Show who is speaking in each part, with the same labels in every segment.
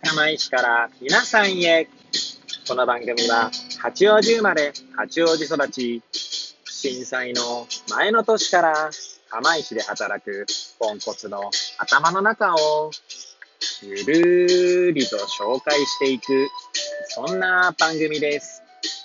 Speaker 1: 釜石から皆さんへ。この番組は八王子生まれ八王子育ち、震災の前の年から釜石で働くポンコツの頭の中をゆるりと紹介していく、そんな番組です。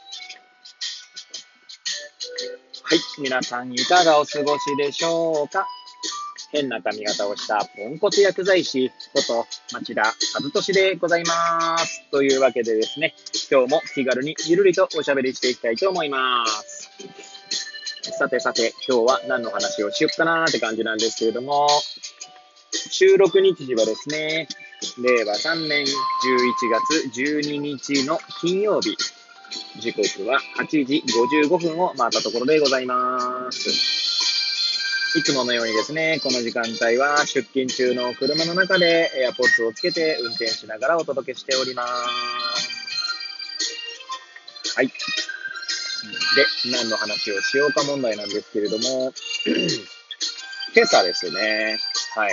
Speaker 1: はい、皆さんいかがお過ごしでしょうか。変な髪型をしたポンコツ薬剤師こと町田和俊でございます。というわけでですね、今日も気軽にゆるりとおしゃべりしていきたいと思います。さて、今日は何の話をしよっかなーって感じなんですけれども、収録日時はですね、令和3年11月12日の金曜日、時刻は8時55分を回ったところでございます。いつものようにですね、この時間帯は出勤中の車の中でAirPodsをつけて運転しながらお届けしております。はい。で、何の話をしようか問題なんですけれども、今朝ですね、はい。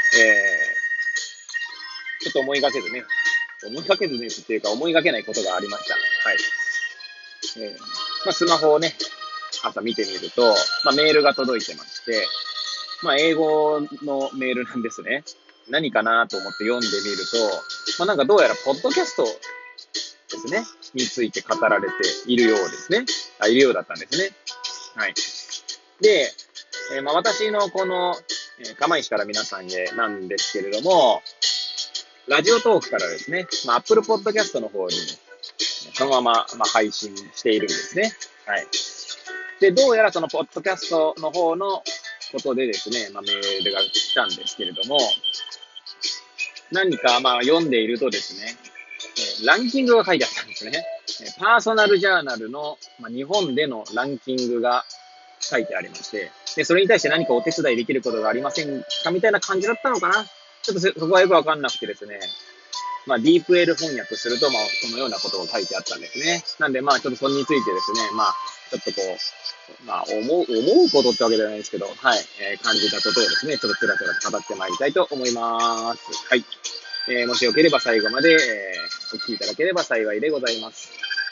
Speaker 1: ちょっと思いがけずねっていうか思いがけないことがありました。はい。スマホをね、朝見てみると、メールが届いてまして、英語のメールなんですね。何かなと思って読んでみると、なんかどうやらポッドキャストですね、について語られているようですね。いるようだったんですね。はい。で、私のこの、釜石から皆さんへなんですけれども、ラジオトークからですね、Apple Podcast の方に、そのまま、配信しているんですね。はい。で、どうやらそのポッドキャストの方のことでですね、メールが来たんですけれども、何か読んでいるとですね、ランキングが書いてあったんですね。パーソナルジャーナルの、日本でのランキングが書いてありまして、で、それに対して何かお手伝いできることがありませんかみたいな感じだったのかな。ちょっとそこはよくわかんなくてですね、ディープ L 翻訳すると、そのようなことが書いてあったんですね。なんで、ちょっとそれについてですね、ちょっとこう、思うことってわけじゃないですけど、はい、感じたことをですね、ちょっとつらつら語ってまいりたいと思います。はい。もしよければ最後まで、お聞きいただければ幸いでございます。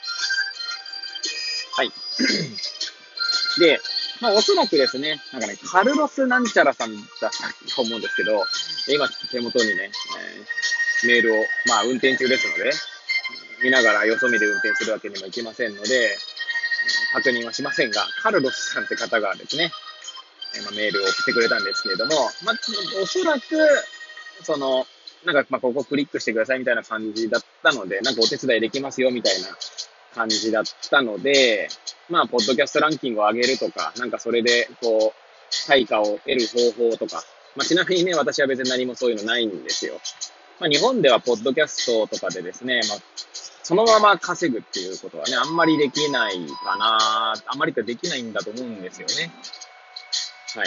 Speaker 1: はい。で、おそらくですね、カルロスなんちゃらさんだったと思うんですけど、今手元にね、メールを、運転中ですので、見ながらよそ見で運転するわけにもいきませんので、確認はしませんが、カルロスさんって方がですね、メールを送ってくれたんですけれども、おそらく、ここクリックしてくださいみたいな感じだったので、お手伝いできますよみたいな感じだったので、ポッドキャストランキングを上げるとか、それで、対価を得る方法とか、ちなみにね、私は別に何もそういうのないんですよ。日本ではポッドキャストとかでですね、そのまま稼ぐっていうことはね、あんまりできないかな、あんまりできないんだと思うんですよね。はい。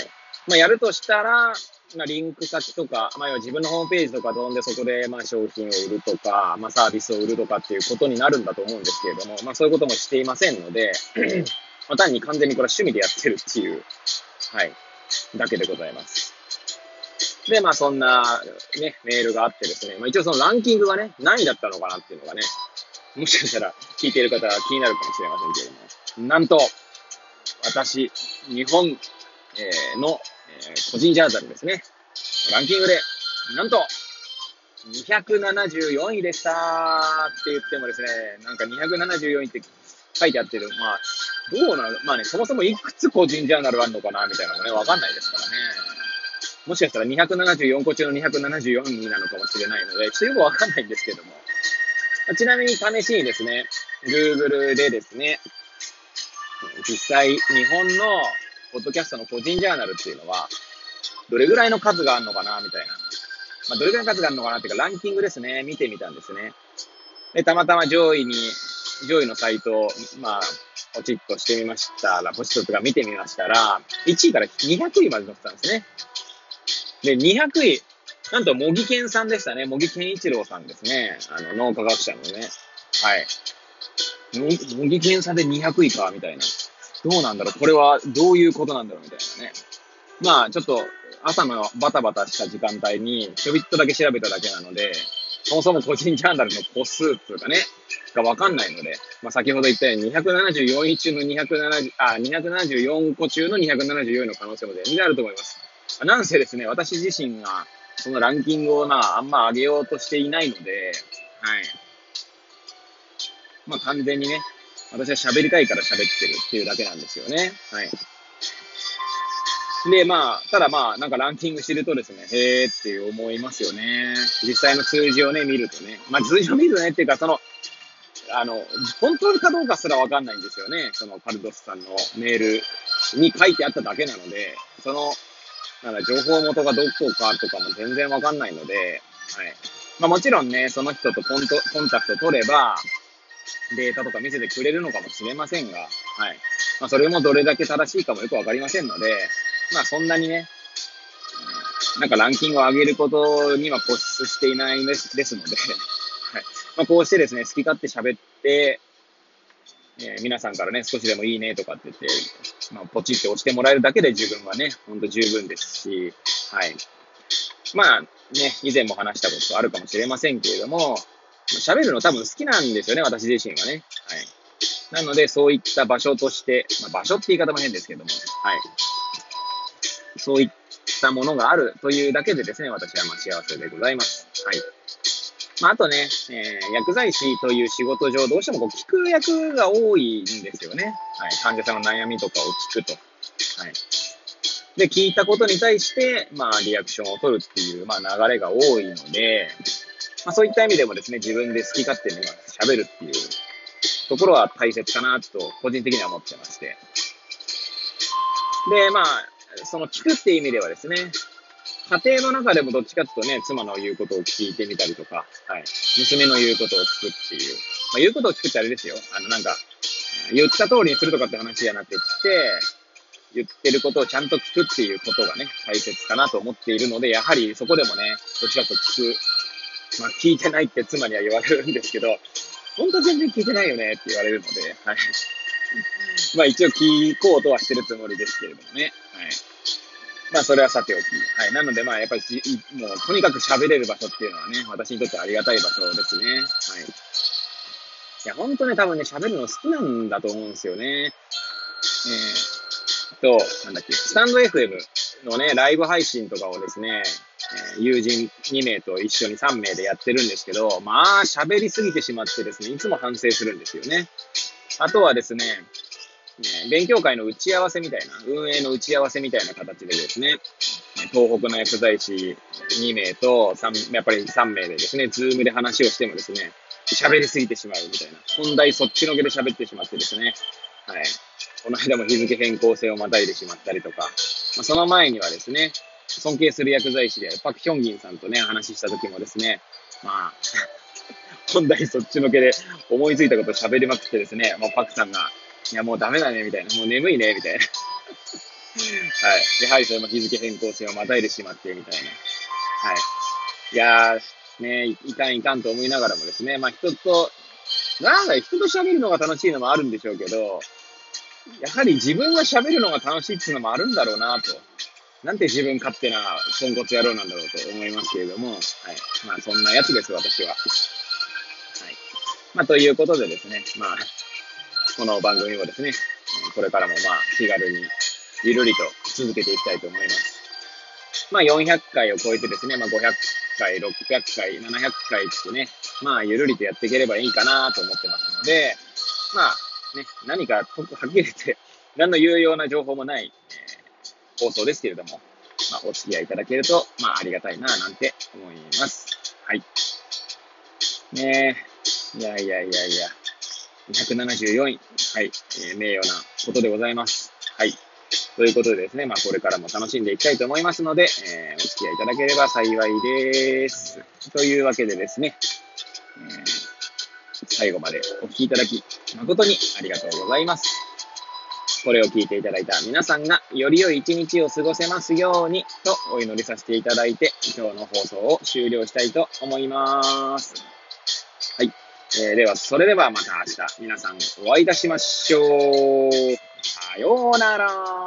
Speaker 1: やるとしたら、リンク先とか、自分のホームページとか飛んでそこで、商品を売るとか、サービスを売るとかっていうことになるんだと思うんですけれども、そういうこともしていませんので、単に完全にこれは趣味でやってるっていう、はい、だけでございます。で、そんな、ね、メールがあってですね、一応そのランキングがね、何位だったのかなっていうのがね、もしかしたら聞いている方は気になるかもしれませんけれども、なんと、私、日本、の、個人ジャーナルですね、ランキングで、なんと、274位でしたって言ってもですね、274位って書いてあってる、どうなのそもそもいくつ個人ジャーナルあるのかなみたいなのもね、わかんないですからね。もしかしたら274個中の274位なのかもしれないので、ちょっとよくわかんないんですけども。ちなみに試しにですね、Google でですね、実際日本のポッドキャストの個人ジャーナルっていうのは、どれぐらいの数があるのかなみたいな。どれぐらいの数があるのかなっていうか、ランキングですね、見てみたんですね。で、たまたま上位のサイトを、ポチッとしてみましたら、ポチッとか見てみましたら、1位から200位まで載ってたんですね。で、200位、なんと、茂木健さんでしたね。茂木健一郎さんですね。脳科学者のね。はい。茂木健さんで200位か、みたいな。どうなんだろうこれはどういうことなんだろうみたいなね。ちょっと、朝のバタバタした時間帯に、ちょびっとだけ調べただけなので、 そもそも個人ジャーナルの個数っていうかね、がわかんないので、先ほど言ったように274位中の274個中の274位の可能性も全然あると思います。なんせですね、私自身がそのランキングをあんま上げようとしていないので、はい。完全にね、私は喋りたいから喋ってるっていうだけなんですよね。はい。で、ただなんかランキング知るとですね、へーっていう思いますよね。実際の数字をね、見るとね。数字を見るとねっていうか、本当かどうかすらわかんないんですよね。そのカルドスさんのメールに書いてあっただけなので、情報元がどこかとかも全然わかんないので、はい。もちろんね、その人とコンタクト取れば、データとか見せてくれるのかもしれませんが、はい。それもどれだけ正しいかもよくわかりませんので、そんなにね、なんかランキングを上げることには固執していないですので、はい。こうしてですね、好き勝手喋って、皆さんからね、少しでもいいねとかって言って、ポチって押してもらえるだけで自分はね、ほんと十分ですし、はい。以前も話したことあるかもしれませんけれども、喋るの多分好きなんですよね、私自身はね。はい。なので、そういった場所として、場所って言い方も変ですけども、はい。そういったものがあるというだけでですね、私は幸せでございます。はい。あとね、薬剤師という仕事上、どうしても聞く役が多いんですよね。はい。患者さんの悩みとかを聞くと。はい。で、聞いたことに対して、リアクションを取るっていう、流れが多いので、そういった意味でもですね、自分で好き勝手に喋るっていうところは大切かなと、個人的には思ってまして。で、その聞くっていう意味ではですね、家庭の中でもどっちかっていうとね、妻の言うことを聞いてみたりとか、はい。娘の言うことを聞くっていう。言うことを聞くってあれですよ。言った通りにするとかって話じゃなくて、言ってることをちゃんと聞くっていうことがね、大切かなと思っているので、やはりそこでもね、どっちかと聞く。聞いてないって妻には言われるんですけど、本当全然聞いてないよねって言われるので、はい。一応聞こうとはしてるつもりですけれどもね。はい。それはさておき。はい。なので、やっぱりもう、とにかく喋れる場所っていうのはね、私にとってありがたい場所ですね。はい。いや、ほんとね、多分ね、喋るの好きなんだと思うんですよね。スタンド FM のね、ライブ配信とかをですね、友人2名と一緒に3名でやってるんですけど、喋りすぎてしまってですね、いつも反省するんですよね。あとはですね、勉強会の打ち合わせみたいな、運営の打ち合わせみたいな形でですね、東北の薬剤師2名とやっぱり3名でですね、ズームで話をしてもですね、喋りすぎてしまうみたいな、本題そっちのけで喋ってしまってですね、はい。この間も日付変更性をまたいでしまったりとか、その前にはですね、尊敬する薬剤師でパク・ヒョンギンさんとね、話した時もですね、本題そっちのけで思いついたことを喋りまくってですね、パクさんが、いやもうダメだね、みたいな、もう眠いね、みたいな。はい。やはりそれも日付変更性をまたいでしまって、みたいな。はい。いやー、ね、いかんいかんと思いながらもですね、人と喋るのが楽しいのもあるんでしょうけど、やはり自分が喋るのが楽しいっていうのもあるんだろうなと。なんて自分勝手なポンコツ野郎なんだろうと思いますけれども、はい。そんなやつです、私は。はい。ということでですね、この番組もですね、これからも気軽に、ゆるりと続けていきたいと思います。400回を超えてですね、500回、600回、700回ってね、ゆるりとやっていければいいかなと思ってますので、何かはっきり言って、何の有用な情報もない、放送ですけれども、お付き合いいただけると、ありがたいな、なんて思います。はい。ねえ。いや。274位。はい。名誉なことでございます。はい。ということでですね、これからも楽しんでいきたいと思いますので、お付き合いいただければ幸いです。というわけでですね、最後までお聞きいただき、誠にありがとうございます。これを聞いていただいた皆さんがより良い一日を過ごせますようにとお祈りさせていただいて、今日の放送を終了したいと思います。はい。それではまた明日皆さんお会いいたしましょう。さようなら。